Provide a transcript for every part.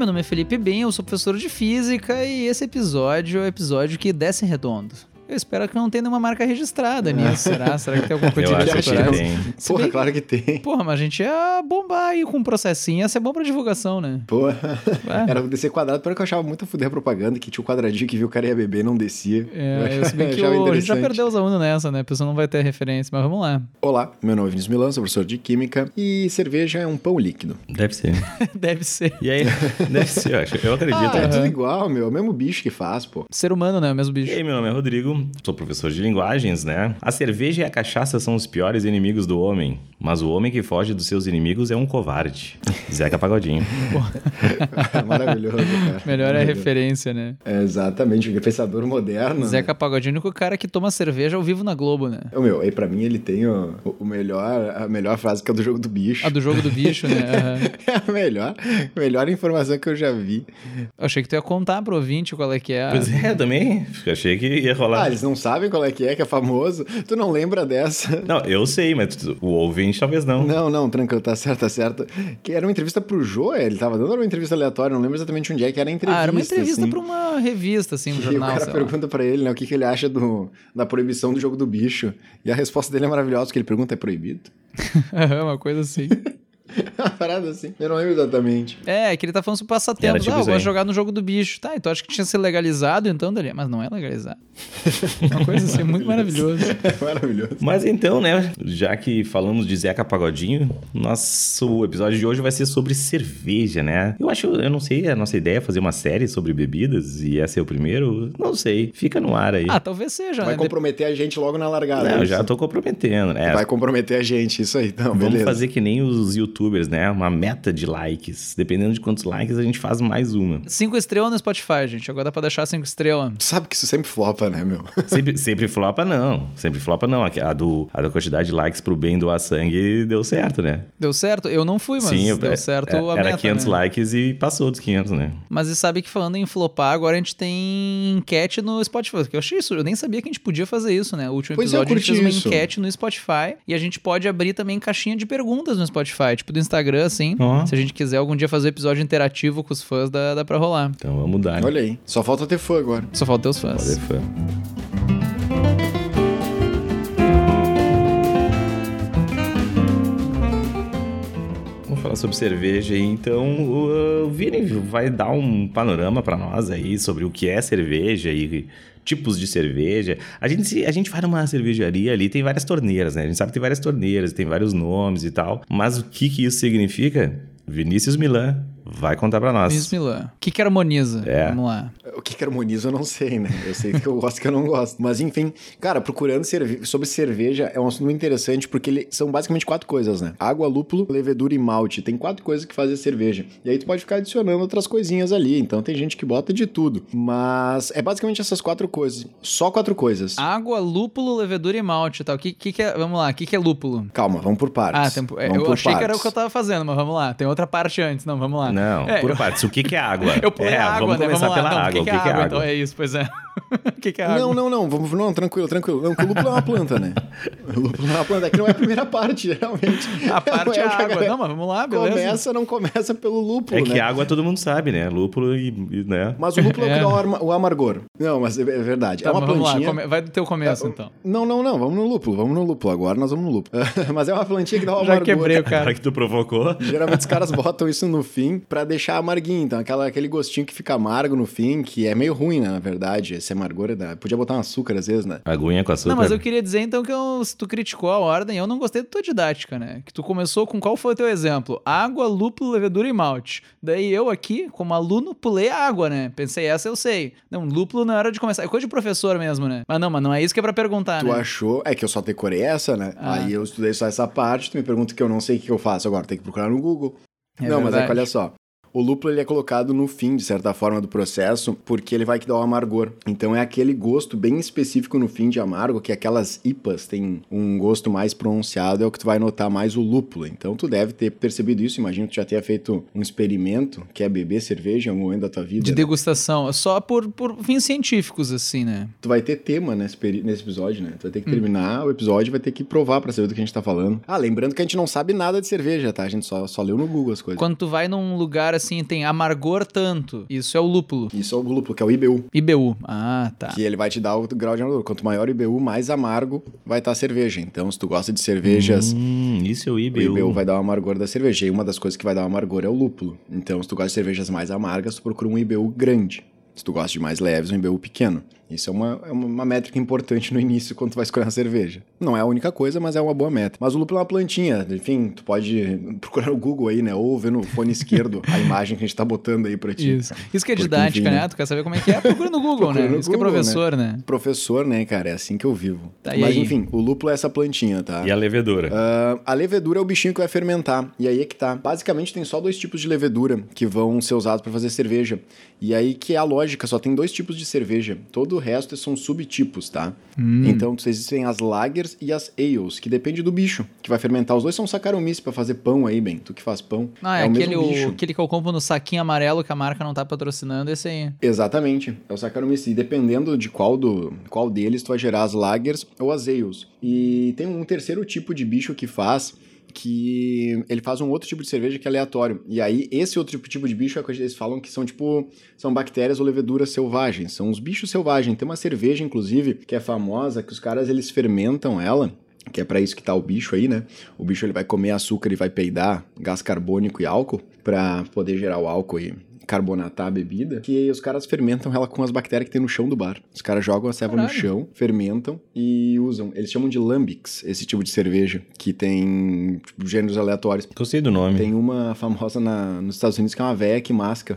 meu nome é Felipe Ben, eu sou professor de física e esse episódio é o episódio que desce redondo. Eu espero que não tenha nenhuma marca registrada nisso, será? Será que tem alguma coisa de direitos autorais? Porra, claro que tem. Porra, mas a gente ia bombar aí com um processinho, ia ser bom pra divulgação, né? Porra, era o descer quadrado, porque eu achava muito a fuder a propaganda, que tinha o quadradinho que viu o cara ia beber e não descia. Se bem que a gente já perdeu os alunos nessa, né? A pessoa não vai ter referência, mas vamos lá. Olá, meu nome é Vinícius Milan, sou professor de Química e cerveja é um pão líquido. Deve ser. Deve ser. E aí, deve ser, eu acredito. É tudo igual, meu, é o mesmo bicho que faz, pô. Ser humano, né? O mesmo bicho. E aí, meu nome é Rodrigo, sou professor de linguagens, né? A cerveja e a cachaça são os piores inimigos do homem, mas o homem que foge dos seus inimigos é um covarde. Zeca Pagodinho. Maravilhoso, cara. Melhor é a referência, né? É exatamente, o pensador moderno. Zeca né? Pagodinho é o único cara que toma cerveja ao vivo na Globo, né? Aí pra mim ele tem a melhor frase que é do jogo do bicho. A do jogo do bicho, né? É a melhor informação que eu já vi. Eu achei que tu ia contar pro ouvinte qual é que é. Pois é, eu também achei que ia rolar. Eles não sabem qual é que é famoso. Tu não lembra dessa? Não, eu sei, mas o ouvinte talvez não. Não, tranquilo, tá certo. Que era uma entrevista pro Jô, ele tava dando uma entrevista aleatória, não lembro exatamente onde é que era a entrevista. Era uma entrevista assim. pra uma revista, assim, um E jornal, o cara pergunta pra ele, né, o que ele acha da proibição do jogo do bicho. E a resposta dele é maravilhosa, porque ele pergunta, é proibido? Uma coisa assim. Uma parada assim, eu não lembro exatamente. É que ele tá falando sobre passatempos. Tipo Eu gosto de jogar no jogo do bicho. Tá, então acho que tinha que ser legalizado, então, dali. Mas não é legalizado. Uma coisa assim, muito maravilhosa. Maravilhoso. Mas então, né, já que falamos de Zeca Pagodinho, nosso episódio de hoje vai ser sobre cerveja, né? Eu não sei, a nossa ideia é fazer uma série sobre bebidas e esse é o primeiro? Não sei, fica no ar aí. Talvez seja, Vai né? comprometer a gente logo na largada. Não, eu já tô comprometendo, né? Vai comprometer a gente, isso aí, então, Vamos beleza. fazer que nem os youtubers, né? Uma meta de likes. Dependendo de quantos likes, a gente faz mais uma. 5 estrelas no Spotify, gente. Agora dá pra deixar 5 estrelas. Tu sabe que isso sempre flopa, né, meu? Sempre flopa, não. Sempre flopa, não. A da quantidade de likes pro bem doar sangue deu certo, né? Deu certo? Eu não fui, mas Sim, deu certo a meta, era 500 né? likes e passou dos 500, né? Mas e sabe que falando em flopar, agora a gente tem enquete no Spotify. Que eu achei isso, eu nem sabia que a gente podia fazer isso, né? O último Pois é, eu episódio a gente fez curti uma isso. enquete no Spotify e a gente pode abrir também caixinha de perguntas no Spotify, tipo do Instagram, assim. Se a gente quiser algum dia fazer episódio interativo com os fãs, dá pra rolar. Então vamos dar. Olha aí, só falta ter fã agora. Só falta ter os fãs. Pode ser fã. Vamos falar sobre cerveja aí, então o Vini vai dar um panorama pra nós aí sobre o que é cerveja e tipos de cerveja. A gente vai numa cervejaria ali, tem várias torneiras, né? A gente sabe que tem várias torneiras, tem vários nomes e tal, mas o que isso significa? Vinícius Milan vai contar pra nós. Vinícius Milan. O que harmoniza? É. Vamos lá. O que harmoniza eu não sei, né? Eu sei que eu gosto e que eu não gosto. Mas enfim, cara, procurando sobre cerveja é um assunto muito interessante porque são basicamente 4 coisas, né? Água, lúpulo, levedura e malte. Tem 4 coisas que fazem cerveja. E aí tu pode ficar adicionando outras coisinhas ali. Então tem gente que bota de tudo. Mas é basicamente essas 4 coisas. Só 4 coisas. Água, lúpulo, levedura e malte e tal. Que é... Vamos lá, o que é lúpulo? Calma, vamos por partes. Eu achei que era o que eu tava fazendo, mas vamos lá. Tem outra parte antes. Não, vamos lá. Não, por partes. O que é água? Eu pulei a água, vamos né? começar Vamos lá. pela água. O que é água? Então é isso, pois é. O que é água? Não, tranquilo. Não, que o lúpulo é uma planta, né? O lúpulo é uma planta. Aqui não é a primeira parte, realmente. A parte é a água. galera... Não, mas vamos lá, beleza. Não começa pelo lúpulo, É né? que água todo mundo sabe, né? Lúpulo e né? Mas o lúpulo é o que dá o amargor. Não, mas é verdade. Tá, é uma plantinha... Vamos lá, vai do teu começo, então. Não, vamos no lúpulo. Agora nós vamos no lúpulo. Mas é uma plantinha que dá o amargor. Já quebrei o cara. Agora que tu provocou. Geralmente os caras botam isso no fim pra deixar amarguinho. Então, aquele gostinho que fica amargo no fim, que é meio ruim, né, na verdade. Esse amargor podia botar um açúcar às vezes, né? Aguinha com açúcar. Não, mas eu queria dizer então que se tu criticou a ordem, eu não gostei da tua didática, né? Que tu começou com qual foi o teu exemplo? Água, lúpulo, levedura e malte. Daí eu aqui, como aluno, pulei a água, né? Pensei, essa eu sei. Não, lúpulo na hora de começar. É coisa de professor mesmo, né? Mas não é isso que é pra perguntar, Tu né? achou... É que eu só decorei essa, né? Aí eu estudei só essa parte, tu me pergunta que eu não sei o que eu faço agora. Tem que procurar no Google. Não, mas é que olha só. O lúpulo ele é colocado no fim, de certa forma, do processo, porque ele vai que dar o amargor. Então é aquele gosto bem específico no fim de amargo, que aquelas IPAs têm um gosto mais pronunciado, é o que tu vai notar mais o lúpulo. Então tu deve ter percebido isso, imagino que tu já tenha feito um experimento, que é beber cerveja em algum momento da tua vida. De né? degustação, só por fins científicos, assim, né? Tu vai ter tema nesse episódio, né? Tu vai ter que terminar o episódio e vai ter que provar pra saber do que a gente tá falando. Lembrando que a gente não sabe nada de cerveja, tá? A gente só leu no Google as coisas. Quando tu vai num lugar assim, tem amargor tanto. Isso é o lúpulo. Isso é o lúpulo, que é o IBU. IBU. Ah, tá. Que ele vai te dar o grau de amargor. Quanto maior o IBU, mais amargo vai estar a cerveja. Então, se tu gosta de cervejas... Isso é o IBU. O IBU vai dar o amargor da cerveja. E uma das coisas que vai dar o amargor é o lúpulo. Então, se tu gosta de cervejas mais amargas, tu procura um IBU grande. Se tu gosta de mais leves, um IBU pequeno. Isso é uma métrica importante no início quando tu vai escolher uma cerveja. Não é a única coisa, mas é uma boa meta. Mas o lúpulo é uma plantinha. Enfim, tu pode procurar no Google aí, né? Ou ver no fone esquerdo a imagem que a gente tá botando aí pra ti. Isso que é didática, enfim, né? Tu quer saber como é que é? Procura no Google, né? Isso que é professor, né? Professor, né, cara? É assim que eu vivo. Tá, mas enfim, o lúpulo é essa plantinha, tá? E a levedura? A levedura é o bichinho que vai fermentar. E aí é que tá. Basicamente tem só 2 tipos de levedura que vão ser usados pra fazer cerveja. E aí que é a lógica, só tem 2 tipos de cerveja. Todo o resto são subtipos, tá? Então existem as lagers e as ales, que depende do bicho que vai fermentar. Os 2 são Saccharomyces pra fazer pão aí, bem. Tu que faz pão. Ah, é o mesmo bicho. Aquele que eu compro no saquinho amarelo que a marca não tá patrocinando, esse aí. Exatamente, é o Saccharomyces. E dependendo de qual deles, tu vai gerar as lagers ou as ales. E tem um terceiro tipo de bicho que ele faz um outro tipo de cerveja que é aleatório. E aí, esse outro tipo de bicho é o que eles falam que são bactérias ou leveduras selvagens. São os bichos selvagens. Tem uma cerveja, inclusive, que é famosa, que os caras, eles fermentam ela, que é pra isso que tá o bicho aí, né? O bicho, ele vai comer açúcar e vai peidar gás carbônico e álcool pra poder gerar o álcool e carbonatar a bebida, que os caras fermentam ela com as bactérias que tem no chão do bar. Os caras jogam a ceva no chão, fermentam e usam. Eles chamam de lambics, esse tipo de cerveja, que tem gêneros aleatórios. Gostei do nome. Tem uma famosa nos Estados Unidos que é uma véia que masca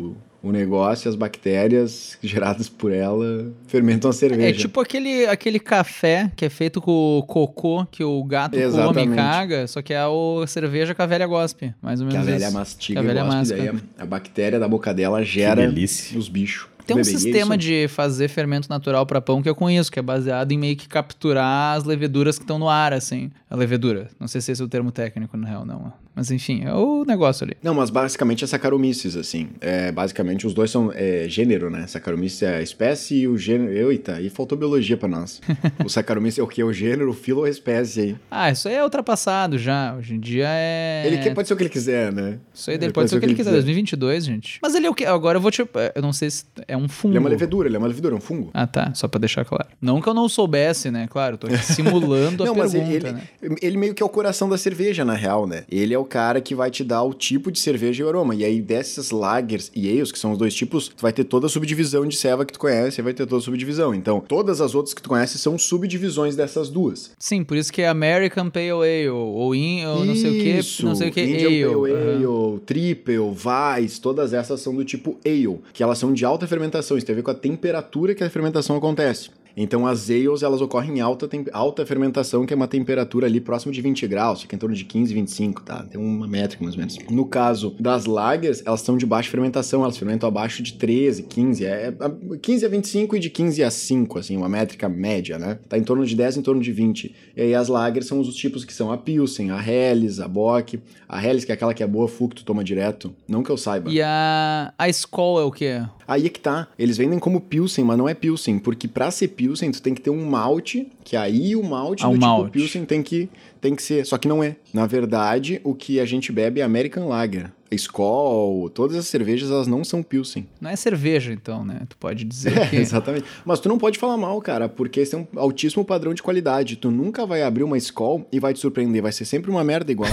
o negócio e as bactérias geradas por ela fermentam a cerveja. É tipo aquele café que é feito com o cocô que o gato come e caga, só que é a cerveja que a velha gospe, mais ou menos isso. Que a velha mastiga e gospe, daí a bactéria da boca dela gera os bichos. Tem um sistema de fazer fermento natural para pão que eu conheço, que é baseado em meio que capturar as leveduras que estão no ar, assim. A levedura. Não sei se esse é o termo técnico, na real, não. Mas enfim, é o negócio ali. Não, mas basicamente é Saccharomyces, assim. Basicamente os 2 são gênero, né? Saccharomyces é a espécie e o gênero... Eita, aí faltou biologia pra nós. O Saccharomyces é o que? O gênero, o filo ou a espécie aí? Ah, isso aí é ultrapassado já. Hoje em dia é... Ele pode ser o que ele quiser, né? Isso aí dele pode ser o que ele quiser. 2022, gente. Mas ele é o que? Agora eu vou te... Eu não sei se é um fungo. Ele é uma levedura, é um fungo. Ah, tá. Só pra deixar claro. Não que eu não soubesse, né? Claro, tô aqui simulando a pergunta, né? Ele meio que é o coração da cerveja, na real, né? Ele é o cara que vai te dar o tipo de cerveja e o aroma. E aí, dessas lagers e ales, que são os 2 tipos, tu vai ter toda a subdivisão de ceva que tu conhece e vai ter toda a subdivisão. Então, todas as outras que tu conhece são subdivisões dessas 2. Sim, por isso que é American Pale Ale, ou não sei o que, não sei o que, Indian Pale Ale, Triple, Weiss, todas essas são do tipo Ale, que elas são de alta fermentação. Isso tem a ver com a temperatura que a fermentação acontece. Então as ales, elas ocorrem em alta fermentação, que é uma temperatura ali próximo de 20 graus, fica em torno de 15, 25, tá? Tem uma métrica mais ou menos. No caso das lagers, elas são de baixa fermentação, elas fermentam abaixo de 13, 15, 15 a 25 e de 15 a 5, assim, uma métrica média, né? Tá em torno de 10, em torno de 20. E aí as lagers são os tipos que são a Pilsen, a Helles, a Bock. A Helles, que é aquela que é boa, full, que tu toma direto, não que eu saiba. E a Skol é o quê? Aí é que tá, eles vendem como Pilsen, mas não é Pilsen, porque pra ser Pilsen tu tem que ter um malte, que aí o malte do tipo Pilsen tem que ser, só que não é. Na verdade, o que a gente bebe é American Lager. Skol, todas as cervejas, elas não são Pilsen. Não é cerveja, então, né? Tu pode dizer que... Exatamente. Mas tu não pode falar mal, cara, porque esse é um altíssimo padrão de qualidade. Tu nunca vai abrir uma Skol e vai te surpreender. Vai ser sempre uma merda igual.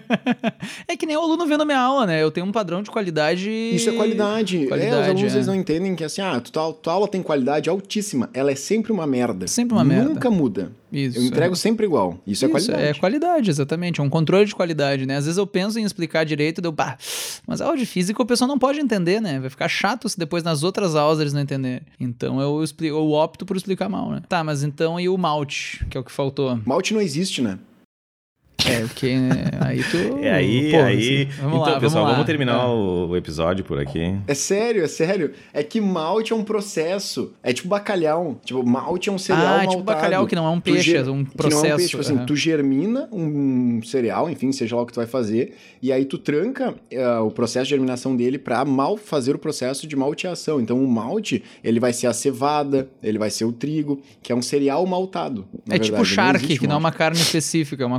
É que nem o aluno vendo minha aula, né? Eu tenho um padrão de qualidade... Isso é qualidade. Os alunos eles não entendem que, assim, tua aula tem qualidade altíssima. Ela é sempre uma merda. Sempre uma merda. Nunca muda. Isso. Eu entrego sempre igual. Isso é qualidade. É qualidade, exatamente. É um controle de qualidade, né? Às vezes eu penso em explicar direito, mas a aula de física o pessoal não pode entender, né? Vai ficar chato se depois nas outras aulas eles não entenderem. Então eu opto por explicar mal, né? Tá, mas então e o malte, que é o que faltou? Malte não existe, né? Porque aí tu... Aí... Assim, vamos lá, pessoal, vamos terminar o episódio por aqui. É sério. É que malte é um processo. É tipo bacalhau. Tipo, malte é um cereal maltado. Tipo bacalhau, que não é um peixe, é um processo. Que não é um peixe, tipo assim, tu germina um cereal, enfim, seja lá o que tu vai fazer, e aí tu tranca o processo de germinação dele pra fazer o processo de malteação. Então, o malte, ele vai ser a cevada, ele vai ser o trigo, que é um cereal maltado. É tipo charque, que não é uma carne específica, é uma coisa que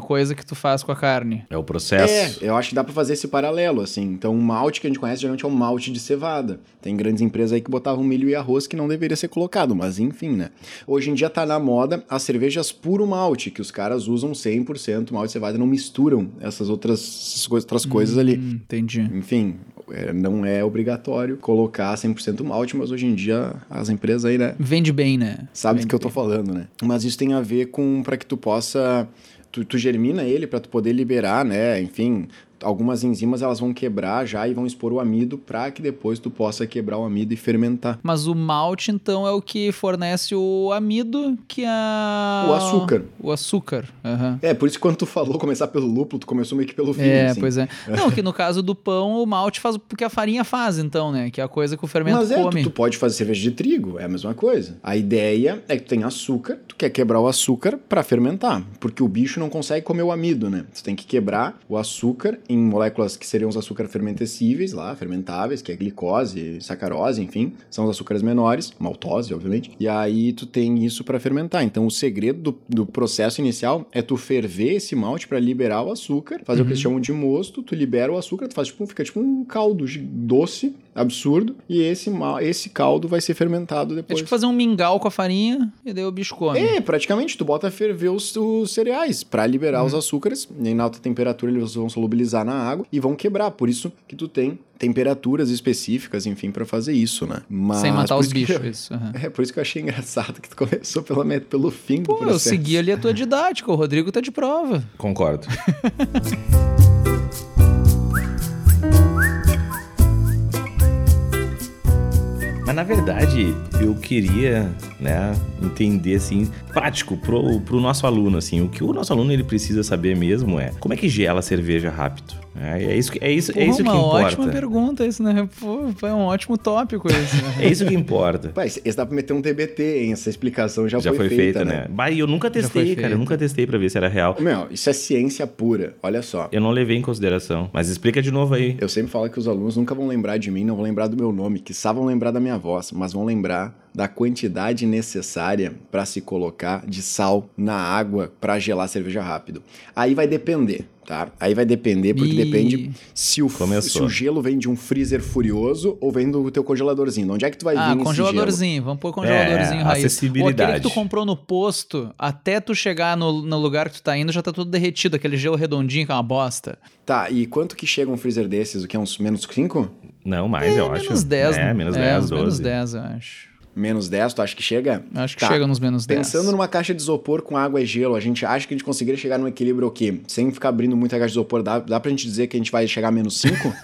que tu faz com a carne. É o processo. Eu acho que dá pra fazer esse paralelo, assim. Então, o malte que a gente conhece geralmente é um malte de cevada. Tem grandes empresas aí que botavam milho e arroz que não deveria ser colocado, mas enfim, né? Hoje em dia tá na moda as cervejas puro malte, que os caras usam 100% malte de cevada e não misturam essas outras coisas ali. Entendi. Enfim, não é obrigatório colocar 100% malte, mas hoje em dia as empresas aí, né? Vende bem, né? Sabe do que eu tô falando, né? Mas isso tem a ver com para que tu possa... Tu germina ele para tu poder liberar, né? Enfim, algumas enzimas elas vão quebrar já e vão expor o amido para que depois tu possa quebrar o amido e fermentar. Mas o malte, então, é o que fornece o amido, que é O açúcar. O açúcar, aham. Por isso que quando tu falou começar pelo lúpulo, tu começou meio que pelo fim, assim. Pois é. Não, que no caso do pão, o malte faz o que a farinha faz, então, né? Que é a coisa que o fermento come. Tu pode fazer cerveja de trigo, é a mesma coisa. A ideia é que tu tem açúcar, tu quer quebrar o açúcar para fermentar, porque o bicho não consegue comer o amido, né? Tu tem que quebrar o açúcar em moléculas que seriam os açúcares fermentescíveis lá, fermentáveis, que é glicose, sacarose, enfim, são os açúcares menores, maltose, obviamente, e aí tu tem isso para fermentar. Então o segredo do processo inicial é tu ferver esse malte para liberar o açúcar, fazer o que eles chamam de mosto, tu libera o açúcar, tu faz fica tipo um caldo doce, absurdo, e esse caldo vai ser fermentado depois. É tipo fazer um mingau com a farinha e daí o bicho come. Praticamente, tu bota a ferver os cereais para liberar os açúcares, e em alta temperatura eles vão solubilizar na água e vão quebrar, por isso que tu tem temperaturas específicas, enfim, pra fazer isso, né? Mas sem matar os bichos, isso. É por isso que eu achei engraçado que tu começou pelo fim do processo. Eu segui ali a tua didática, o Rodrigo tá de prova. Concordo. Mas, na verdade, eu queria, né, entender, assim, prático pro nosso aluno, assim. O que o nosso aluno ele precisa saber mesmo é como é que gela a cerveja rápido. É isso que importa. Uma ótima pergunta isso, né? Pô, foi um ótimo tópico esse, né? É isso que importa. Pai, esse dá pra meter um TBT, hein? Essa explicação já foi feita, né? Bah, eu nunca testei, cara. Eu nunca testei pra ver se era real. Meu, isso é ciência pura. Olha só. Eu não levei em consideração. Mas explica de novo aí. Eu sempre falo que os alunos nunca vão lembrar de mim, não vão lembrar do meu nome, quiçá vão lembrar da minha voz, mas vão lembrar da quantidade necessária para se colocar de sal na água para gelar a cerveja rápido. Aí vai depender, tá? Aí vai depender, porque depende se o gelo vem de um freezer furioso ou vem do teu congeladorzinho. Onde é que tu vai vir esse gelo? Congeladorzinho. Vamos pôr congeladorzinho raiz. Acessibilidade. Ou aquele que tu comprou no posto, até tu chegar no lugar que tu tá indo, já tá tudo derretido. Aquele gelo redondinho que é uma bosta. Tá, e quanto que chega um freezer desses? O que é uns menos 5? Não, mais eu acho. Menos 10, né? Menos 10, 12. Menos 10, eu acho. Menos 10, tu acha que chega? Acho que chega nos menos 10. Pensando numa caixa de isopor com água e gelo, a gente acha que a gente conseguiria chegar num equilíbrio o quê? Sem ficar abrindo muita caixa de isopor, dá pra gente dizer que a gente vai chegar a menos 5?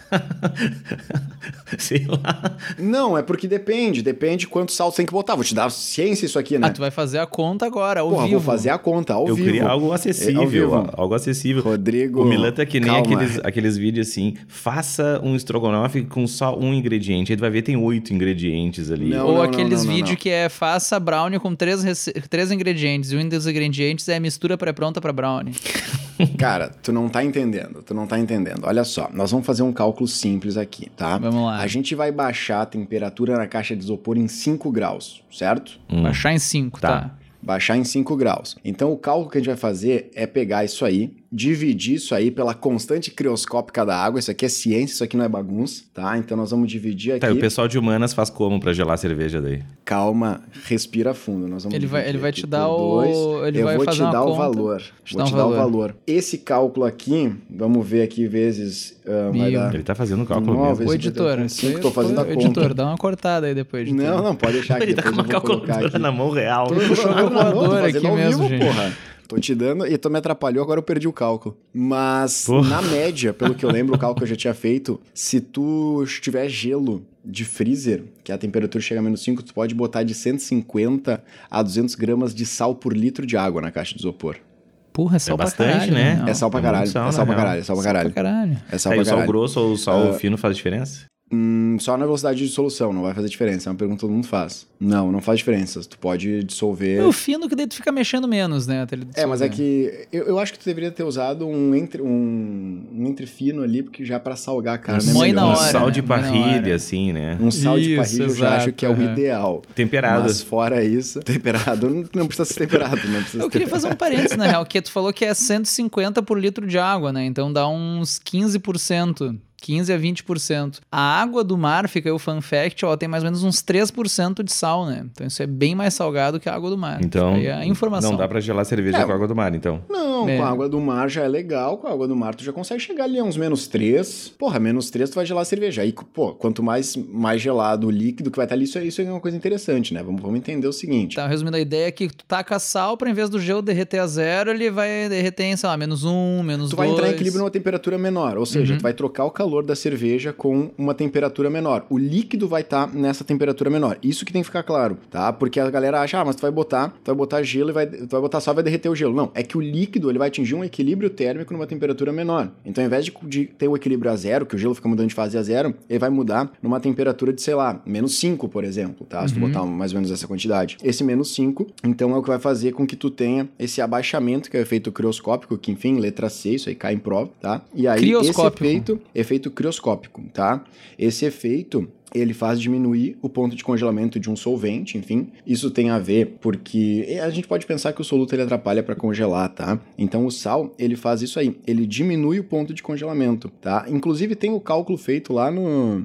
Sei lá. Não, é porque depende quanto sal tu tem que botar. Vou te dar ciência isso aqui, né? Tu vai fazer a conta agora, ao vivo. Vou fazer a conta, ao vivo. Eu queria algo acessível, algo acessível. Rodrigo, o Milan tá que nem aqueles vídeos assim, faça um estrogonofe com só um ingrediente, aí tu vai ver tem 8 ingredientes ali. Ou aqueles vídeos que é faça brownie com 3 ingredientes, e um dos ingredientes é a mistura pré-pronta pra brownie. Cara, tu não tá entendendo. Olha só, nós vamos fazer um cálculo simples aqui, tá? Vamos lá. A gente vai baixar a temperatura na caixa de isopor em 5 graus, certo? Baixar em 5, tá. Baixar em 5 graus. Então, o cálculo que a gente vai fazer é pegar isso aí, dividir isso aí pela constante crioscópica da água. Isso aqui é ciência, isso aqui não é bagunça, tá? Então, nós vamos dividir aqui. Tá, e o pessoal de humanas faz como pra gelar a cerveja daí? Calma, respira fundo. Nós vamos ele vai te dar eu vou te dar o valor. Vou te dar o valor. Esse cálculo aqui, vamos ver aqui vezes... vai dar... Ele tá fazendo o cálculo mesmo. Ô, editor, tô fazendo a conta. Editor, dá uma cortada aí depois. Editor. Não, pode deixar aqui. Ele tá com uma calculadora na mão real. Tô aqui mesmo, gente. Porra. Tô te dando e tu me atrapalhou, agora eu perdi o cálculo. Mas, na média, pelo que eu lembro, o cálculo que eu já tinha feito, se tu tiver gelo de freezer, que a temperatura chega a menos 5, tu pode botar de 150 a 200 gramas de sal por litro de água na caixa de isopor. Porra, é sal pra bastante, caralho, né? É sal pra caralho. É sal pra caralho. É sal pra caralho. É sal Aí pra o sal caralho. grosso ou o sal fino faz diferença? Só na velocidade de dissolução, não vai fazer diferença. É uma pergunta que todo mundo faz. Não faz diferença. Tu pode dissolver... O fino que daí tu fica mexendo menos, né? Mas é que eu acho que tu deveria ter usado um entre fino ali, porque já pra salgar a carne é melhor. Um sal de parrilha, assim, né? Um sal de parrilha eu já acho que é o ideal. Temperado. Mas fora isso, temperado não precisa ser temperado. Eu queria fazer um parênteses, na real, que tu falou que é 150 por litro de água, né? Então dá uns 15%. 15 a 20%. A água do mar, fica aí o fun fact, tem mais ou menos uns 3% de sal, né? Então isso é bem mais salgado que a água do mar. Então, aí a informação. Não dá pra gelar cerveja com a água do mar, então. Não, com a água do mar já é legal. Com a água do mar tu já consegue chegar ali a uns -3. Porra, -3 tu vai gelar a cerveja. Aí, quanto mais gelado o líquido que vai estar ali, isso é uma coisa interessante, né? Vamos entender o seguinte. Tá, resumindo, a ideia é que tu taca sal pra, em vez do gelo derreter a 0, ele vai derreter em, sei lá, -1, -2. Tu vai entrar em equilíbrio numa temperatura menor, ou seja, tu vai trocar o calor da cerveja com uma temperatura menor. O líquido vai estar nessa temperatura menor. Isso que tem que ficar claro, tá? Porque a galera acha, mas tu vai botar gelo e tu vai botar sal e vai derreter o gelo. Não, é que o líquido ele vai atingir um equilíbrio térmico numa temperatura menor. Então, ao invés de ter o equilíbrio a 0, que o gelo fica mudando de fase a 0, ele vai mudar numa temperatura de, sei lá, -5, por exemplo, tá? Se tu botar mais ou menos essa quantidade. Esse -5, então, é o que vai fazer com que tu tenha esse abaixamento, que é o efeito crioscópico, que, enfim, letra C, isso aí cai em prova, tá? E aí, esse efeito crioscópico, tá? Esse efeito, ele faz diminuir o ponto de congelamento de um solvente, enfim. Isso tem a ver porque a gente pode pensar que o soluto ele atrapalha para congelar, tá? Então o sal, ele faz isso aí, ele diminui o ponto de congelamento, tá? Inclusive tem o cálculo feito lá no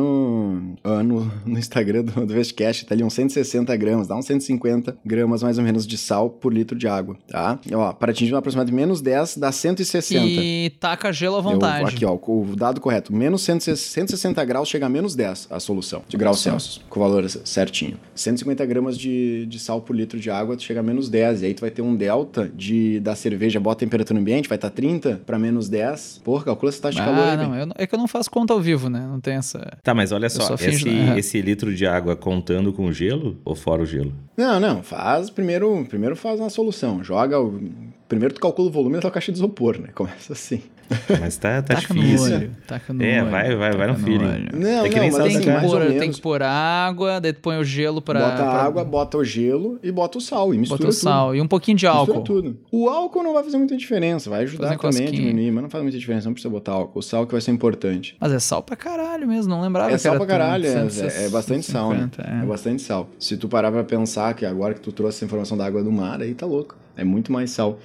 Instagram do Vestcast, tá ali uns 160 gramas, dá uns 150 gramas mais ou menos de sal por litro de água, tá? Para atingir um aproximado de -10 dá 160. E taca gelo à vontade. Aqui, o dado correto, -160 graus chega a -10. A solução de graus Celsius, com o valor certinho. 150 gramas de sal por litro de água, tu chega a -10, e aí tu vai ter um delta da cerveja, bota a temperatura no ambiente, vai estar 30 para -10. Porra, calcula essa taxa de calor aí. É que eu não faço conta ao vivo, né? Não tem essa... Tá, mas olha só, esse litro de água contando com gelo ou fora o gelo? Não, faz primeiro faz uma solução, primeiro tu calcula o volume da tua caixa de isopor, né? Começa assim. Mas tá difícil. Taca no olho. Vai no feeling. Tem que pôr água, daí tu põe o gelo pra... Bota a água, bota o gelo e bota o sal e mistura tudo. Bota o sal e um pouquinho de álcool. Mistura tudo. O álcool não vai fazer muita diferença, vai ajudar também a diminuir, mas não faz muita diferença, não precisa botar álcool. O sal que vai ser importante. Mas é sal pra caralho mesmo, não lembrava que sal pra caralho, é bastante sal, né? É bastante sal. Se tu parar pra pensar que agora que tu trouxe essa informação da água do mar, aí tá louco. É muito mais sal.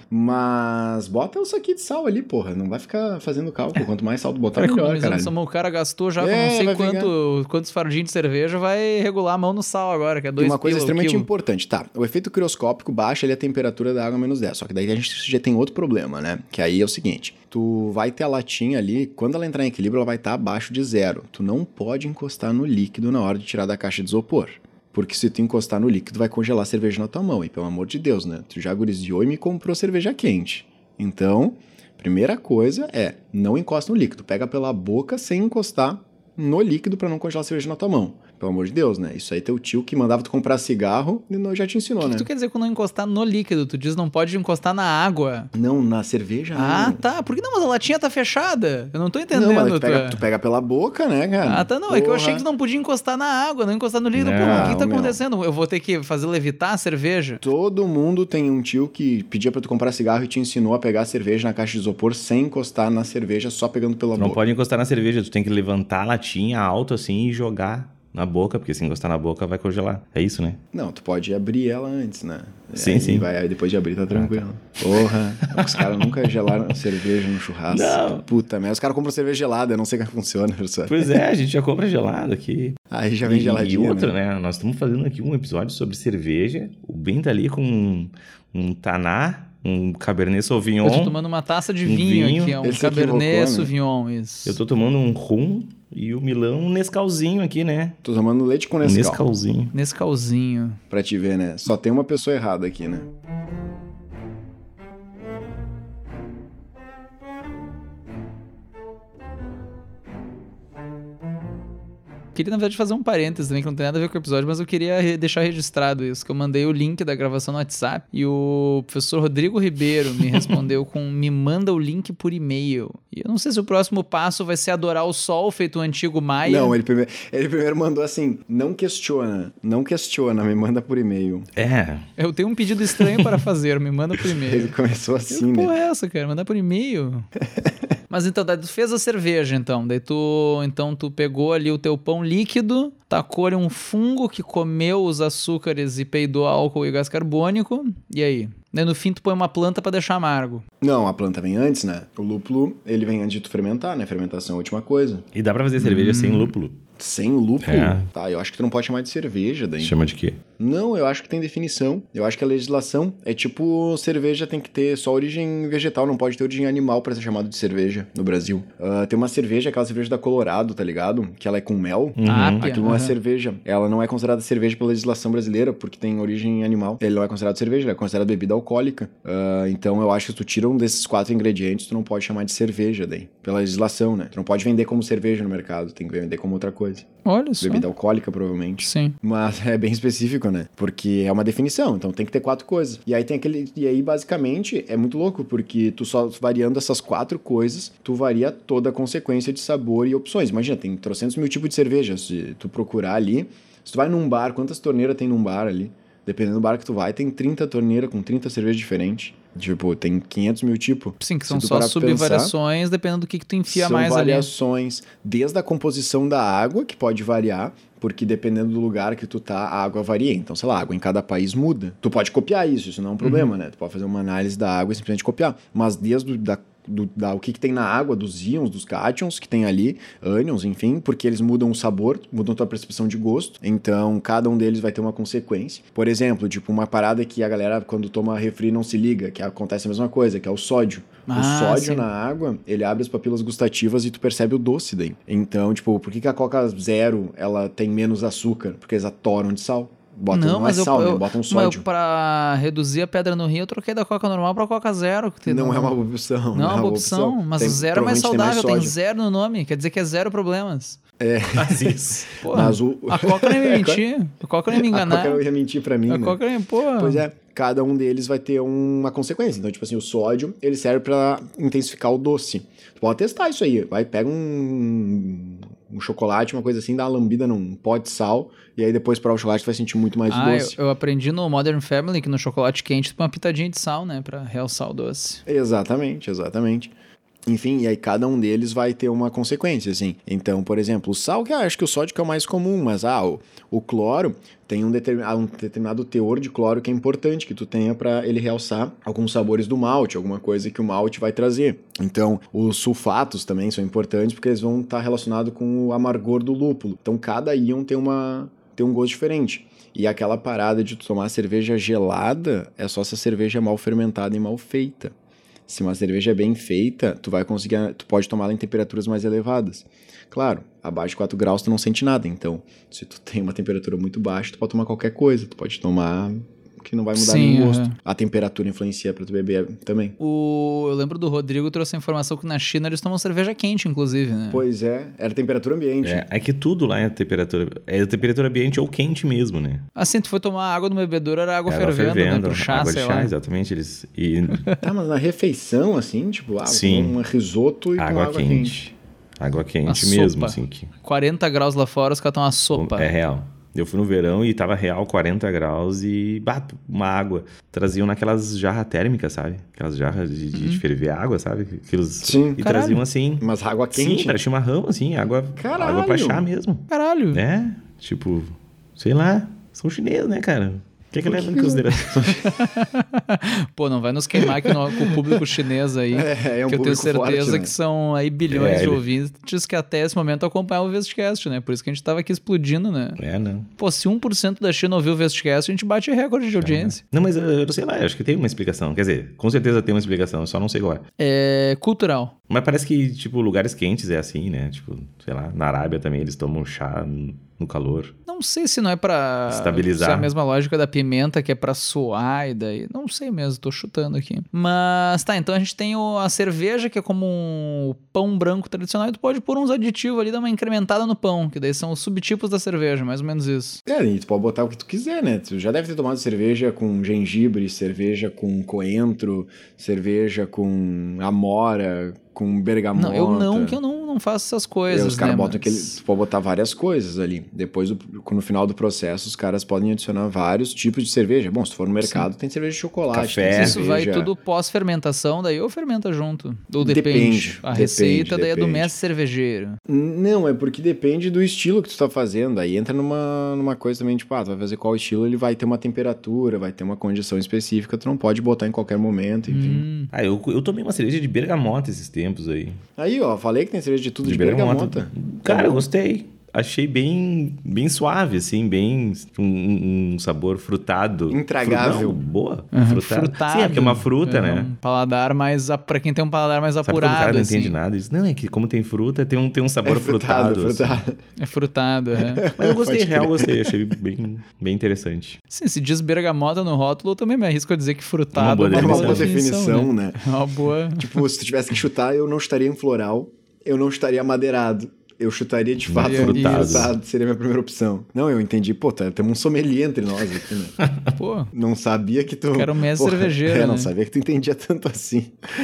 Mas bota o saquinho de sal ali, porra. Não vai ficar fazendo cálculo. Quanto mais sal tu botar, melhor, caralho. O cara gastou já com não sei quantos fardinhos de cerveja, vai regular a mão no sal agora, que é 2 kg. Uma coisa extremamente importante, tá? O efeito crioscópico baixa ali a temperatura da água a -10. Só que daí a gente já tem outro problema, né? Que aí é o seguinte. Tu vai ter a latinha ali, quando ela entrar em equilíbrio, ela vai estar abaixo de 0. Tu não pode encostar no líquido na hora de tirar da caixa de isopor. Porque se tu encostar no líquido, vai congelar a cerveja na tua mão. E pelo amor de Deus, né? Tu já guriziou e me comprou cerveja quente. Então, primeira coisa é, não encosta no líquido. Pega pela boca sem encostar no líquido para não congelar a cerveja na tua mão. Pelo amor de Deus, né? Isso aí teu tio que mandava tu comprar cigarro já te ensinou, né? O que tu quer dizer com não encostar no líquido? Tu diz não pode encostar na água. Não, na cerveja não. Tá. Por que não? Mas a latinha tá fechada. Eu não tô entendendo. Não, mas tu pega pela boca, né, cara? Tá, não. Porra. É que eu achei que tu não podia encostar na água, não encostar no líquido. Pô, o que tá acontecendo? Eu vou ter que fazer levitar a cerveja? Todo mundo tem um tio que pedia pra tu comprar cigarro e te ensinou a pegar a cerveja na caixa de isopor sem encostar na cerveja, só pegando pela boca. Não pode encostar na cerveja, tu tem que levantar a latinha alto assim e jogar na boca, porque se encostar na boca vai congelar. É isso, né? Não, tu pode abrir ela antes, né? Sim. Aí depois de abrir tá tranquilo. Porra, os caras nunca gelaram cerveja no churrasco. Não. Puta merda, os caras compram cerveja gelada, eu não sei como funciona, pessoal. Pois é, a gente já compra gelado aqui. Aí já vem geladinho. E outra, né? Nós estamos fazendo aqui um episódio sobre cerveja. O Ben tá ali com um Taná, um Cabernet Sauvignon. Eu tô tomando uma taça de vinho aqui, um Cabernet Sauvignon, isso. Eu tô tomando um rum e o Milão um Nescauzinho aqui, né? Tô tomando leite com Nescau. Nescauzinho. Pra te ver, né? Só tem uma pessoa errada aqui, né? O queria, na verdade, fazer um parênteses também, que não tem nada a ver com o episódio, mas eu queria deixar registrado isso, que eu mandei o link da gravação no WhatsApp e o professor Rodrigo Ribeiro me respondeu com me manda o link por e-mail. E eu não sei se o próximo passo vai ser adorar o sol, feito o antigo Maia. Não, ele primeiro mandou assim, não questiona, me manda por e-mail. Eu tenho um pedido estranho para fazer, me manda por e-mail. Ele começou assim, né? Que porra é essa, cara? Mandar por e-mail? Mas então, daí tu fez a cerveja, então. Daí tu pegou ali o teu pão líquido, tacou ali um fungo que comeu os açúcares e peidou álcool e gás carbônico. E aí? Daí no fim tu põe uma planta pra deixar amargo. Não, a planta vem antes, né? O lúpulo, ele vem antes de tu fermentar, né? Fermentação é a última coisa. E dá pra fazer cerveja sem lúpulo? Sem lúpulo? Tá, eu acho que tu não pode chamar de cerveja daí. Chama de quê? Não, eu acho que tem definição. Eu acho que a legislação é tipo, cerveja tem que ter só origem vegetal, não pode ter origem animal pra ser chamado de cerveja no Brasil. Tem uma cerveja, aquela cerveja da Colorado, tá ligado? Que ela é com mel. Aquilo não é cerveja. Ela não é considerada cerveja pela legislação brasileira, porque tem origem animal. Ele não é considerado cerveja, ele é considerado bebida alcoólica. Então eu acho que se tu tira um desses 4 ingredientes, tu não pode chamar de cerveja daí. Pela legislação, né? Tu não pode vender como cerveja no mercado, tem que vender como outra coisa. Olha só. Bebida alcoólica, provavelmente. Sim. Mas é bem específico, né? Porque é uma definição, então tem que ter 4 coisas. E aí, basicamente, é muito louco, porque tu só variando essas 4 coisas, tu varia toda a consequência de sabor e opções. Imagina, tem 300 mil tipos de cerveja. Se tu procurar ali, se tu vai num bar, quantas torneiras tem num bar ali? Dependendo do bar que tu vai, tem 30 torneiras com 30 cervejas diferentes. Tipo, tem 500 mil tipos. Sim, que são só subvariações, dependendo do que tu enfia mais ali. São variações, desde a composição da água, que pode variar, porque dependendo do lugar que tu tá, a água varia. Então, sei lá, a água em cada país muda. Tu pode copiar isso não é um problema, né? Tu pode fazer uma análise da água e simplesmente copiar. Mas desde o que tem na água, dos íons, dos cátions que tem ali, ânions, enfim, porque eles mudam o sabor, mudam a tua percepção de gosto, então cada um deles vai ter uma consequência. Por exemplo, tipo, uma parada que a galera quando toma refri não se liga, que acontece a mesma coisa, que é o sódio. O sódio na água, ele abre as papilas gustativas e tu percebe o doce daí. Então, tipo, por que a Coca Zero, ela tem menos açúcar? Porque eles atoram de sal. Botam sódio. Pra reduzir a pedra no rim, eu troquei da Coca normal pra Coca Zero. Não é uma boa opção. Não é uma boa opção, mas o zero é mais saudável, tem zero no nome, quer dizer que é zero problemas. Isso. Porra, mas a Coca não ia mentir, a Coca não ia me enganar. A Coca não ia mentir pra mim, Coca não ia, porra. Pois é, cada um deles vai ter uma consequência. Então, tipo assim, o sódio, ele serve pra intensificar o doce. Tu pode testar isso aí, pega um chocolate, uma coisa assim, dá uma lambida num pó de sal, e aí depois para o chocolate tu vai sentir muito mais doce. Eu aprendi no Modern Family que no chocolate quente tem uma pitadinha de sal, né, pra realçar o doce. Exatamente. Enfim, e aí cada um deles vai ter uma consequência, assim. Então, por exemplo, o sal, que eu acho que o sódio que é o mais comum, mas o cloro tem um determinado teor de cloro que é importante que tu tenha para ele realçar alguns sabores do malte, alguma coisa que o malte vai trazer. Então, os sulfatos também são importantes porque eles vão estar relacionados com o amargor do lúpulo. Então, cada íon tem um gosto diferente. E aquela parada de tu tomar cerveja gelada é só se a cerveja é mal fermentada e mal feita. Se uma cerveja é bem feita, tu pode tomar ela em temperaturas mais elevadas. Claro, abaixo de 4 graus tu não sente nada, então se tu tem uma temperatura muito baixa, tu pode tomar qualquer coisa, tu pode tomar que não vai mudar nenhum gosto. A temperatura influencia pra tu beber também. Eu lembro do Rodrigo trouxe a informação que na China eles tomam cerveja quente, inclusive, né? Pois é, era temperatura ambiente. É que tudo lá é temperatura ambiente ou quente mesmo, né? Assim, tu foi tomar água no bebedouro, era água fervendo, né? Pro chá, água de sei chá, lá. exatamente. Tá, mas na refeição, assim, tipo, um risoto e água quente. Água quente mesmo, assim. 40 graus lá fora, os caras tomam uma sopa. É real. Eu fui no verão e tava real 40 graus e uma água. Traziam naquelas jarras térmicas, sabe? Aquelas jarras de ferver água, sabe? Sim. E traziam assim. Mas água quente? Sim, para chimarrão, assim, água pra chá mesmo. Caralho. É, tipo, sei lá, são chineses, né, cara? O que leva em consideração? Pô, não vai nos queimar aqui com o público chinês aí. Que eu tenho certeza forte, né? Que são aí bilhões de ouvintes que até esse momento acompanham o Vestcast, né? Por isso que a gente tava aqui explodindo, né? Não. Pô, se 1% da China ouvir o Vestcast, a gente bate recorde de audiência. Não, mas eu não sei lá, eu acho que tem uma explicação. Quer dizer, com certeza tem uma explicação, eu só não sei qual é. É cultural. Mas parece que, tipo, lugares quentes é assim, né? Tipo, sei lá, na Arábia também eles tomam chá no calor. Não não sei se não é pra... estabilizar. Se é a mesma lógica da pimenta, que é pra soar e daí... Não sei mesmo, tô chutando aqui. Mas tá, então a gente tem a cerveja, que é como um pão branco tradicional, e tu pode pôr uns aditivos ali, dar uma incrementada no pão, que daí são os subtipos da cerveja, mais ou menos isso. E tu pode botar o que tu quiser, né? Tu já deve ter tomado cerveja com gengibre, cerveja com coentro, cerveja com amora, com bergamota. Não, eu não faço essas coisas, os caras né? botam tu pode botar várias coisas ali. Depois, no final do processo, os caras podem adicionar vários tipos de cerveja. Bom, se tu for no mercado, tem cerveja de chocolate. Café. Tem Isso cerveja... vai tudo pós-fermentação, daí ou fermenta junto. Ou depende. A receita daí é do mestre cervejeiro. Não, é porque depende do estilo que tu tá fazendo. Aí entra numa coisa também, tipo, tu vai fazer qual estilo, ele vai ter uma temperatura, vai ter uma condição específica, tu não pode botar em qualquer momento, enfim. Eu tomei uma cerveja de bergamota esses tempos aí. Aí, ó, falei que tem cerveja de tudo de bergamota. Cara, eu gostei. Achei bem suave, assim, bem um sabor frutado. Intragável. Boa. Frutado. Sim, é porque é uma fruta, né? Um paladar mais... Pra quem tem um paladar mais Sabe apurado, quando o cara não assim. entende nada? Diz, não, é que como tem fruta, tem um sabor frutado. Assim. É frutado, é. Mas eu gostei, gostei. Achei bem interessante. Sim, se diz bergamota no rótulo, eu também me arrisco a dizer que frutado Uma boa definição, né? É uma boa... Tipo, se tu tivesse que chutar, eu não estaria em floral, eu não estaria amadeirado. Eu chutaria de fato frutado, seria a minha primeira opção. Não, eu entendi. Pô, temos um sommelier entre nós aqui, né? Pô. Não sabia que tu... Quero um mestre cervejeiro, né? Não sabia que tu entendia tanto assim.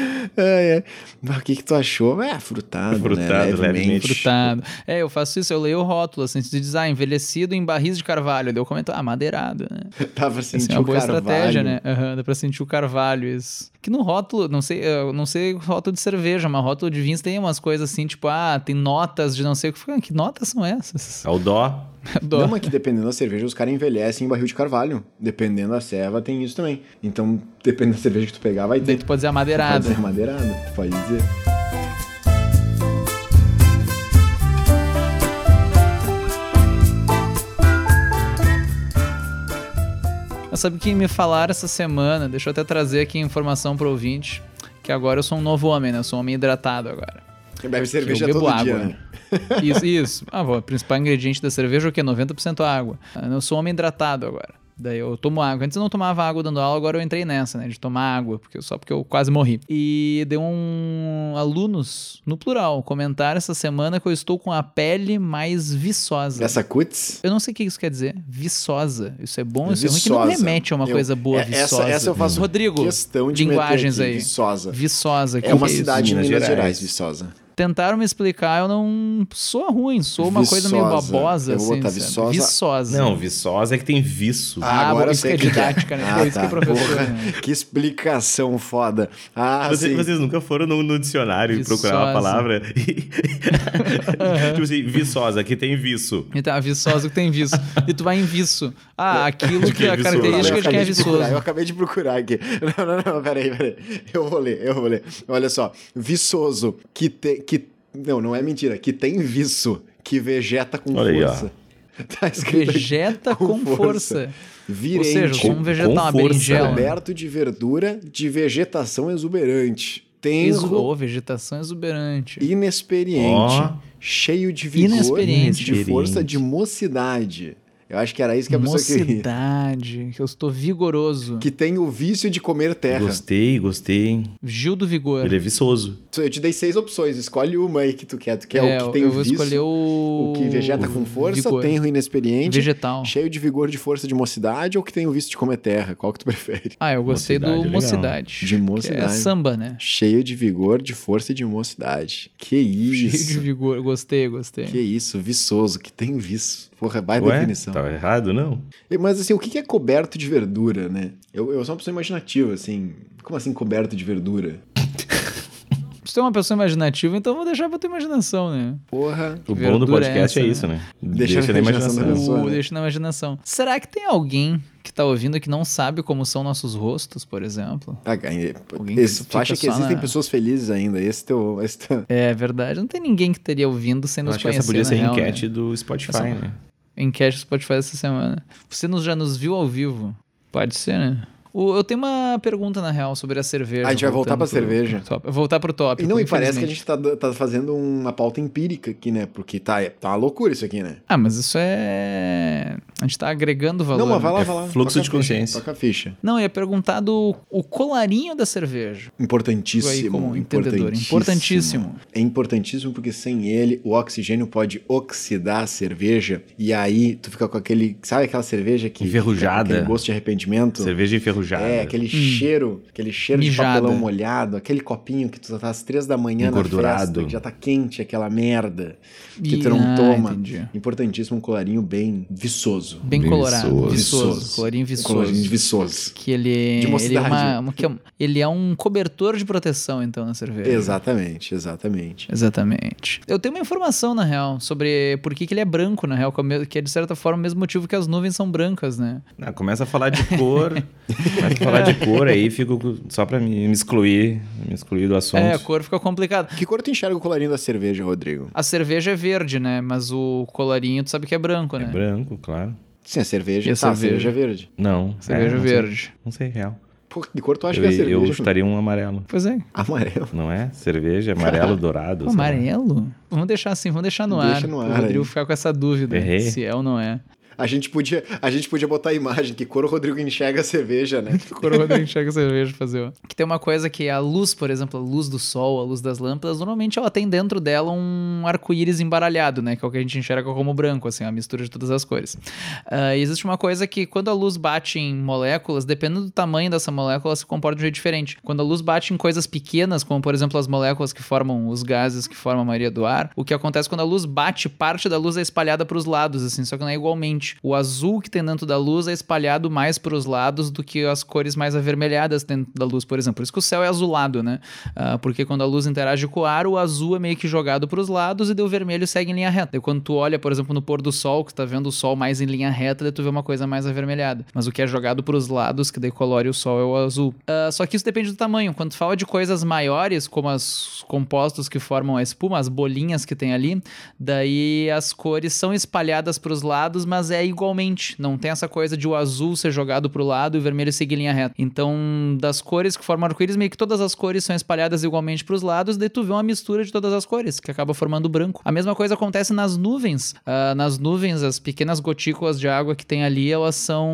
Mas o que tu achou? Frutado, né? Levemente. Frutado. Eu faço isso, eu leio o rótulo, assim, se diz, envelhecido em barris de carvalho. Daí eu comento, madeirado, né? Dá pra sentir uma boa carvalho. Estratégia, né? Dá pra sentir o carvalho, isso. Que no rótulo, não sei rótulo de cerveja, mas rótulo de vinhos tem umas coisas assim, tipo, tem notas de não sei o que. Que notas são essas? É o dó. Não, mas que dependendo da cerveja, os caras envelhecem em barril de carvalho. Dependendo da serva, tem isso também. Então, dependendo da cerveja que tu pegar, vai ter. Daí tu pode dizer amadeirada. Pode dizer amadeirada, pode dizer. Sabe quem me falaram essa semana? Deixa eu até trazer aqui informação pro ouvinte, que agora eu sou um novo homem, né? Eu sou um homem hidratado agora. Você bebe cerveja todo água, dia, né? Isso. O principal ingrediente da cerveja é o quê? 90% água. Eu sou um homem hidratado agora. Daí eu tomo água. Antes eu não tomava água dando aula, agora eu entrei nessa, né? De tomar água, porque eu quase morri. E deu alunos, no plural, comentaram essa semana que eu estou com a pele mais viçosa. Essa cutis? Eu não sei o que isso quer dizer. Viçosa. Isso é bom? Isso é ruim, que não remete a uma coisa boa, viçosa. Essa eu faço Rodrigo, questão de linguagens meter aqui, aí. Viçosa. Viçosa. É uma cidade em Minas Gerais, Viçosa. Tentaram me explicar, eu não sou ruim, sou uma coisa meio babosa. Eu vou botar viçosa. Viçosa. Não, viçosa é que tem viço. Agora isso que é didática, né? Isso que é professor. Né? Que explicação foda. Vocês nunca foram no dicionário viçosa. Procurar uma palavra? Tipo assim, viçosa, que tem viço. Então, viçosa que tem viço. E tu vai em viço. Aquilo que é a característica de quem é viçoso. Eu acabei de procurar aqui. Não, peraí. Eu vou ler. Olha só. Viçoso, não é mentira, que tem viço, que vegeta com força. Tá escrito vegeta com força. Virente. Ou seja, eu sou um vegetal, uma berinjela. Coberto de verdura, de vegetação exuberante. Tenro. Vegetação exuberante. Inexperiente. Cheio de vigor, de força, de mocidade. Eu acho que era isso que a pessoa queria. Mocidade, que eu estou vigoroso. Que tem o vício de comer terra. Gostei. Gil do Vigor. Ele é viçoso. Eu te dei 6 opções, escolhe uma aí que tu quer. Tu quer o que tem eu o vou vício, escolher o que vegeta com força, tenro, inexperiente, vegetal, cheio de vigor, de força, de mocidade, ou que tem o vício de comer terra? Qual que tu prefere? Eu gostei do mocidade. De mocidade. É samba, né? Cheio de vigor, de força e de mocidade. Que isso. Cheio de vigor, gostei. Que isso, viçoso, que tem vício. Porra, baita definição. Tava errado, não? Mas assim, o que é coberto de verdura, né? Eu sou uma pessoa imaginativa, assim. Como assim coberto de verdura? Se tu é uma pessoa imaginativa, então eu vou deixar pra tua imaginação, né? Porra. O bom do podcast é isso, né? Deixa na imaginação. Deixa na imaginação. Será que tem alguém que tá ouvindo que não sabe como são nossos rostos, por exemplo? Tu acha que existem pessoas felizes ainda? Esse teu... É verdade. Não tem ninguém que estaria ouvindo sem nos conhecer, essa podia ser a enquete, né? do Spotify, né? Enquete do Spotify essa semana. Você já nos viu ao vivo? Pode ser, né? Eu tenho uma pergunta, na real, sobre a cerveja. A gente vai voltar pra cerveja. Voltar pro tópico. E não, e parece que a gente tá fazendo uma pauta empírica aqui, né? Porque tá uma loucura isso aqui, né? Ah, mas isso é... A gente tá agregando valor. Não, mas vai lá. Fluxo de consciência. Toca a ficha. Não, eu ia perguntar o colarinho da cerveja. Importantíssimo. Aí, como entendedor. Importantíssimo. É importantíssimo porque sem ele o oxigênio pode oxidar a cerveja e aí tu fica com aquele... Sabe aquela cerveja que... Enferrujada. Aquele gosto de arrependimento. Cerveja enferrujada. É, aquele cheiro Mijada. de papelão molhado, aquele copinho que tu tá às 3 da manhã engordurado. na festa, que já tá quente, aquela merda que tu não toma. Entendi. Importantíssimo, um colarinho bem viçoso. Bem colorado. Viçoso. Colarinho viçoso. Colarinho viçoso. Que ele... De mocidade. Ele é um cobertor de proteção, então, na cerveja. Exatamente. Eu tenho uma informação, na real, sobre por que ele é branco, na real, que é, de certa forma, o mesmo motivo que as nuvens são brancas, né? Começa a falar de cor. Aí, fico só pra me excluir do assunto. A cor fica complicada. Que cor tu enxerga o colarinho da cerveja, Rodrigo? A cerveja é verde, né? Mas o colarinho, tu sabe que é branco, né? É branco, claro. Sim, a cerveja é verde. Não. Cerveja verde. Não sei real. Pô, que cor tu acha que é a cerveja? Eu chutaria um amarelo. Pois é. Amarelo? Não é? Cerveja, amarelo, dourado. Amarelo? Vamos deixar assim, vamos deixar no ar. Deixa no ar. O Rodrigo ficar com essa dúvida. Se é ou não é. A gente podia botar a imagem, que cor o Rodrigo enxerga a cerveja, né? Que cor o Rodrigo enxerga a cerveja, fazer. Que tem uma coisa que a luz, por exemplo, a luz do sol, a luz das lâmpadas, normalmente ela tem dentro dela um arco-íris embaralhado, né? Que é o que a gente enxerga como branco, assim, a mistura de todas as cores. E existe uma coisa que quando a luz bate em moléculas, dependendo do tamanho dessa molécula, ela se comporta de um jeito diferente. Quando a luz bate em coisas pequenas, como por exemplo as moléculas que formam os gases que formam a maioria do ar, o que acontece quando a luz bate, parte da luz é espalhada para os lados, assim, só que não é igualmente. O azul que tem dentro da luz é espalhado mais para os lados do que as cores mais avermelhadas dentro da luz, por exemplo. Por isso que o céu é azulado, né? Porque quando a luz interage com o ar, o azul é meio que jogado para os lados e daí o vermelho segue em linha reta. E quando tu olha, por exemplo, no pôr do sol, que tu tá vendo o sol mais em linha reta, daí tu vê uma coisa mais avermelhada. Mas o que é jogado para os lados, que daí colore o sol, é o azul. Só que isso depende do tamanho. Quando tu fala de coisas maiores, como os compostos que formam a espuma, as bolinhas que tem ali, daí as cores são espalhadas para os lados, mas é igualmente. Não tem essa coisa de o azul ser jogado pro lado e o vermelho seguir em linha reta. Então, das cores que formam arco-íris, meio que todas as cores são espalhadas igualmente pros lados, daí tu vê uma mistura de todas as cores, que acaba formando branco. A mesma coisa acontece nas nuvens. Nas nuvens, as pequenas gotículas de água que tem ali, elas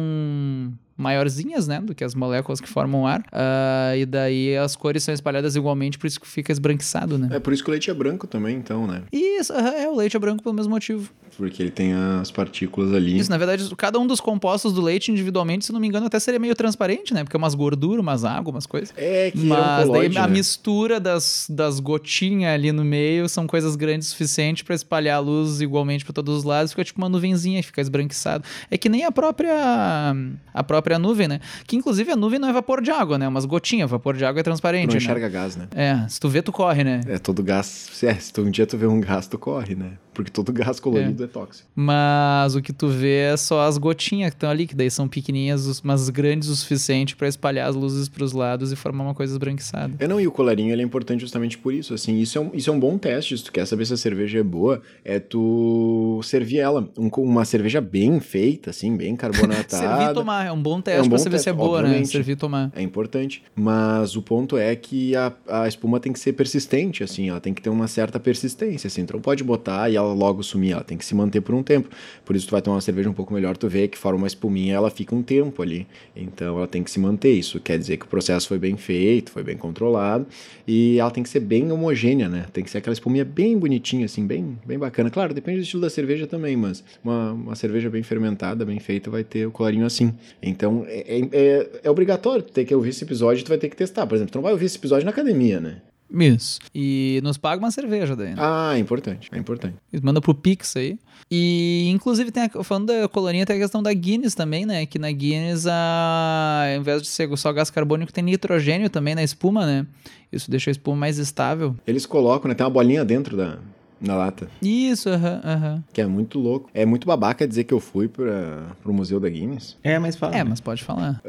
são maiorzinhas, né, do que as moléculas que formam o ar, e daí as cores são espalhadas igualmente, por isso que fica esbranquiçado, né? É por isso que o leite é branco também, então, né? Isso, o leite é branco pelo mesmo motivo. Porque ele tem as partículas ali. Isso, na verdade, cada um dos compostos do leite individualmente, se não me engano, até seria meio transparente, né? Porque é umas gorduras, umas águas, umas coisas. Mas daí a né? mistura das gotinhas ali no meio são coisas grandes o suficiente pra espalhar a luz igualmente pra todos os lados, fica tipo uma nuvenzinha e fica esbranquiçado. É que nem a própria nuvem, né? Que inclusive a nuvem não é vapor de água, né? Umas gotinhas, vapor de água é transparente, tu não enxerga gás, né? Se tu vê, tu corre, né? Todo gás... se um dia tu vê um gás, tu corre, né? Porque todo gás colorido é tóxico. Mas o que tu vê é só as gotinhas que estão ali, que daí são pequenininhas, mas grandes o suficiente pra espalhar as luzes pros lados e formar uma coisa esbranquiçada. E o colarinho ele é importante justamente por isso, assim, isso é um bom teste, se tu quer saber se a cerveja é boa, é tu servir ela, uma cerveja bem feita, assim, bem carbonatada. Servir e tomar, é um bom teste pra saber se é boa, né? Servir e tomar. É importante, mas o ponto é que a espuma tem que ser persistente, assim, ela tem que ter uma certa persistência, assim, tu não pode botar e ela logo sumir, ela tem que se manter por um tempo. Por isso tu vai tomar uma cerveja um pouco melhor, tu vê que forma uma espuminha, ela fica um tempo ali. Então ela tem que se manter. Isso quer dizer que o processo foi bem feito, foi bem controlado e ela tem que ser bem homogênea, né? Tem que ser aquela espuminha bem bonitinha, assim, bem bacana. Claro, depende do estilo da cerveja também, mas uma cerveja bem fermentada, bem feita, vai ter o colarinho assim. Então é obrigatório tu ter que ouvir esse episódio, tu vai ter que testar. Por exemplo, tu não vai ouvir esse episódio na academia, né? Isso. E nos paga uma cerveja daí, né? É importante. Eles mandam pro Pix aí. E, inclusive, falando da colarinha, tem a questão da Guinness também, né? Que na Guinness, ao invés de ser só gás carbônico, tem nitrogênio também na espuma, né? Isso deixa a espuma mais estável. Eles colocam, né? Tem uma bolinha dentro na lata. Isso, Que é muito louco. É muito babaca dizer que eu fui pro Museu da Guinness. Mas fala. Mas pode falar.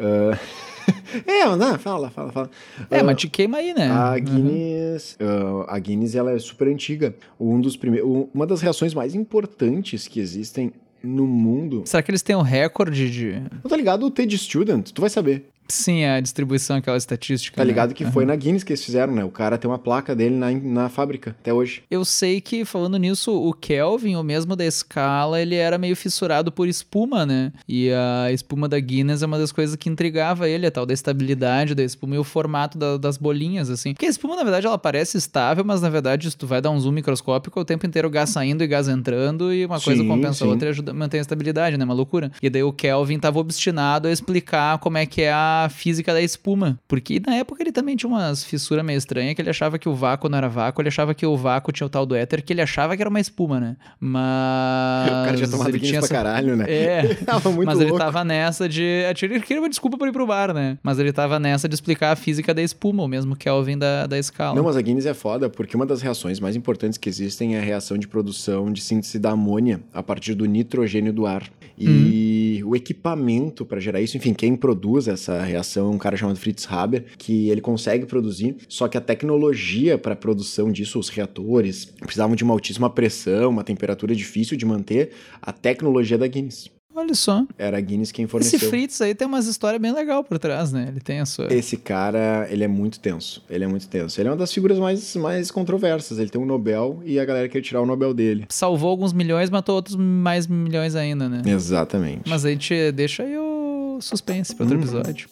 Não, fala. Mas te queima aí, né? A Guinness, ela é super antiga. Uma das reações mais importantes que existem no mundo... Será que eles têm um recorde de... Não tá ligado? O TED Student, tu vai saber. Sim, a distribuição, aquela estatística. Tá ligado né? que foi na Guinness que eles fizeram, né? O cara tem uma placa dele na fábrica, até hoje. Eu sei que, falando nisso, o Kelvin, o mesmo da escala, ele era meio fissurado por espuma, né? E a espuma da Guinness é uma das coisas que intrigava ele, a tal da estabilidade da espuma e o formato das bolinhas, assim. Porque a espuma, na verdade, ela parece estável, mas, na verdade, se tu vai dar um zoom microscópico, o tempo inteiro gás saindo e gás entrando, e uma coisa compensa a outra e ajuda a manter a estabilidade, né? Uma loucura. E daí o Kelvin tava obstinado a explicar como é que é a física da espuma. Porque na época ele também tinha umas fissuras meio estranhas, que ele achava que o vácuo não era vácuo, ele achava que o vácuo tinha o tal do éter, que ele achava que era uma espuma, né? Mas... O cara tinha tomado Guinness pra caralho, né? Tava muito mas louco. Ele tava nessa de... Ele queria uma desculpa pra ir pro bar, né? Mas ele tava nessa de explicar a física da espuma, o mesmo Kelvin da escala. Não, mas a Guinness é foda, porque uma das reações mais importantes que existem é a reação de produção de síntese da amônia a partir do nitrogênio do ar. E o equipamento para gerar isso, enfim, quem produz essa reação é um cara chamado Fritz Haber, que ele consegue produzir, só que a tecnologia para a produção disso, os reatores, precisavam de uma altíssima pressão, uma temperatura difícil de manter, a tecnologia da Guinness. Olha só. Era a Guinness quem forneceu. Esse Fritz aí tem umas histórias bem legais por trás, né? Ele tem a sua... Esse cara, ele é muito tenso. Ele é muito tenso. Ele é uma das figuras mais controversas. Ele tem um Nobel e a galera quer tirar o Nobel dele. Salvou alguns milhões, matou outros mais milhões ainda, né? Exatamente. Mas a gente deixa aí o suspense para outro episódio.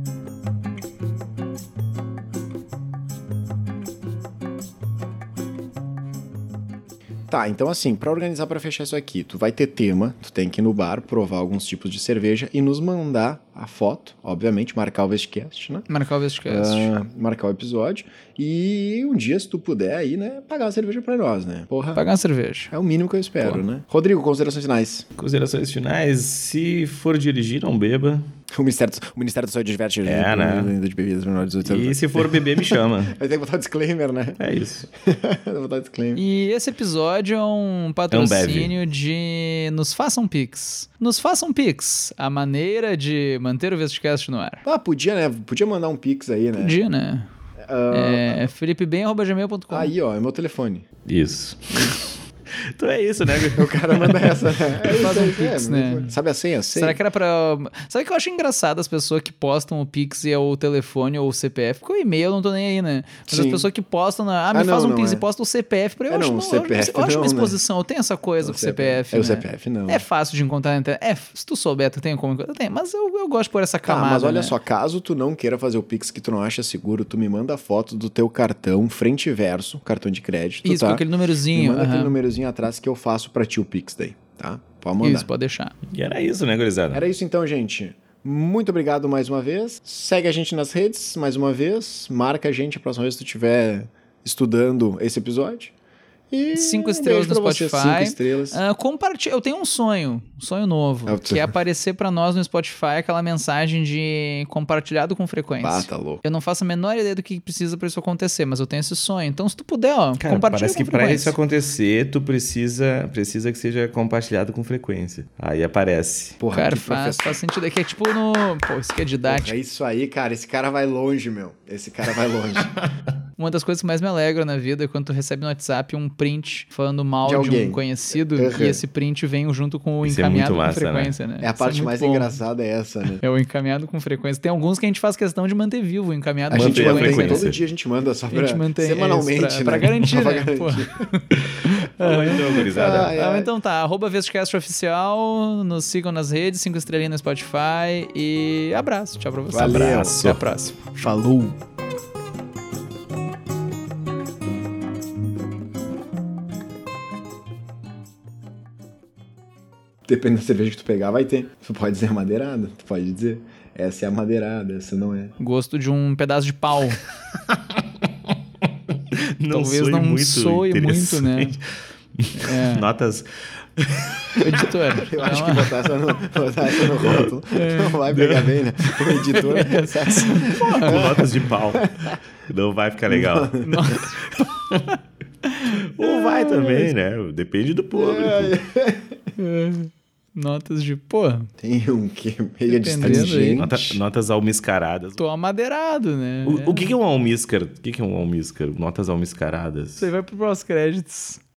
Tá, então assim, pra organizar, pra fechar isso aqui, tu vai ter tema, tu tem que ir no bar, provar alguns tipos de cerveja e nos mandar a foto, obviamente, marcar o Vestcast, né? Marcar o Vestcast. Marcar o episódio e um dia, se tu puder aí, né, pagar a cerveja pra nós, né? Porra. Pagar a cerveja. É o mínimo que eu espero, né? Rodrigo, considerações finais. Considerações finais, se for dirigir, não beba. O Ministério da Saúde diverte né? de bebidas menores de 18 anos. E se for beber, me chama. Vai ter que botar disclaimer, né? É isso. Vou botar disclaimer. E esse episódio é um patrocínio de Nos Façam Pix. Nos Façam Pix, a maneira de manter o Vestcast no ar. Ah, podia, né? Podia mandar um pix aí, né? Podia, né? É felipebem@gmail.com. Aí, ó, é meu telefone. Isso. Então é isso, né? O cara manda essa, né? Faz um pix, né? Sabe a senha? Será que era pra... Sabe que eu acho engraçado as pessoas que postam o Pix e é o telefone ou o CPF? Porque o e-mail eu não tô nem aí, né? Mas Sim. as pessoas que postam... faz um Pix e posta o CPF. Pra eu acho, não, CPF eu acho uma não, exposição. Eu tenho essa coisa com o CPF, É né? o CPF, não. É fácil de encontrar na internet. Se tu souber, tu tem como... Tem, mas eu gosto de pôr essa camada, mas olha né? só, caso tu não queira fazer o Pix que tu não acha seguro, tu me manda a foto do teu cartão, frente e verso, cartão de crédito, Isso, tá? com aquele númerozinho. Me manda aquele númerozinho atrás que eu faço pra ti o Pix daí, tá? Pode mandar. Isso, pode deixar. E era isso, né, gurizada? Era isso então, gente. Muito obrigado mais uma vez. Segue a gente nas redes mais uma vez. Marca a gente a próxima vez que tu estiver estudando esse episódio. E 5 estrelas no Spotify. 5 estrelas. Compartilha. Eu tenho um sonho novo, que é aparecer pra nós no Spotify aquela mensagem de compartilhado com frequência. Ah, tá louco. Eu não faço a menor ideia do que precisa pra isso acontecer, mas eu tenho esse sonho. Então, se tu puder, Cara, compartilha parece com que pra frequência. isso acontecer, tu precisa que seja compartilhado com frequência. Aí aparece. Porra, Cara, que faz sentido. É que é tipo no... Pô, isso que é didático. É isso aí, cara. Esse cara vai longe, meu. Esse cara vai longe. Uma das coisas que mais me alegram na vida é quando tu recebe no WhatsApp um print falando mal De de alguém. um conhecido Uhum. e esse print vem junto com o Isso é encaminhado muito com massa, frequência, né? É a Isso parte muito mais bom. engraçada é essa, né? É o encaminhado com frequência. Tem alguns que a gente faz questão de manter vivo o encaminhado A com gente Mantém a mantém, frequência. todo dia a gente manda só A gente pra... mantém semanalmente, isso, né? pra garantir, Só pra né? garantir. Pô. Então, gurizada. Ai, ai. Então tá, @Vestcast Oficial, nos sigam nas redes, 5 estrelinhas no Spotify e abraço, tchau pra vocês. Valeu. Abraço. Até a próxima. Falou! Depende da cerveja que tu pegar, vai ter. Tu pode dizer madeirada, tu pode dizer. Essa é a madeirada, essa não é. Gosto de um pedaço de pau. Talvez soe não muito soe muito, né? interessante. É. Notas. Editor. Eu acho que botar essa no rótulo não vai pegar bem, né? O editor... Notas de pau. Não vai ficar legal. Ou vai também, né? Depende do público. Notas de, pô, Tem um que meio Dependendo aí. distante. Notas almiscaradas. tô amadeirado, né? O que é um almíscar? O que é um almíscar? Notas almiscaradas. Você vai pro pós-créditos.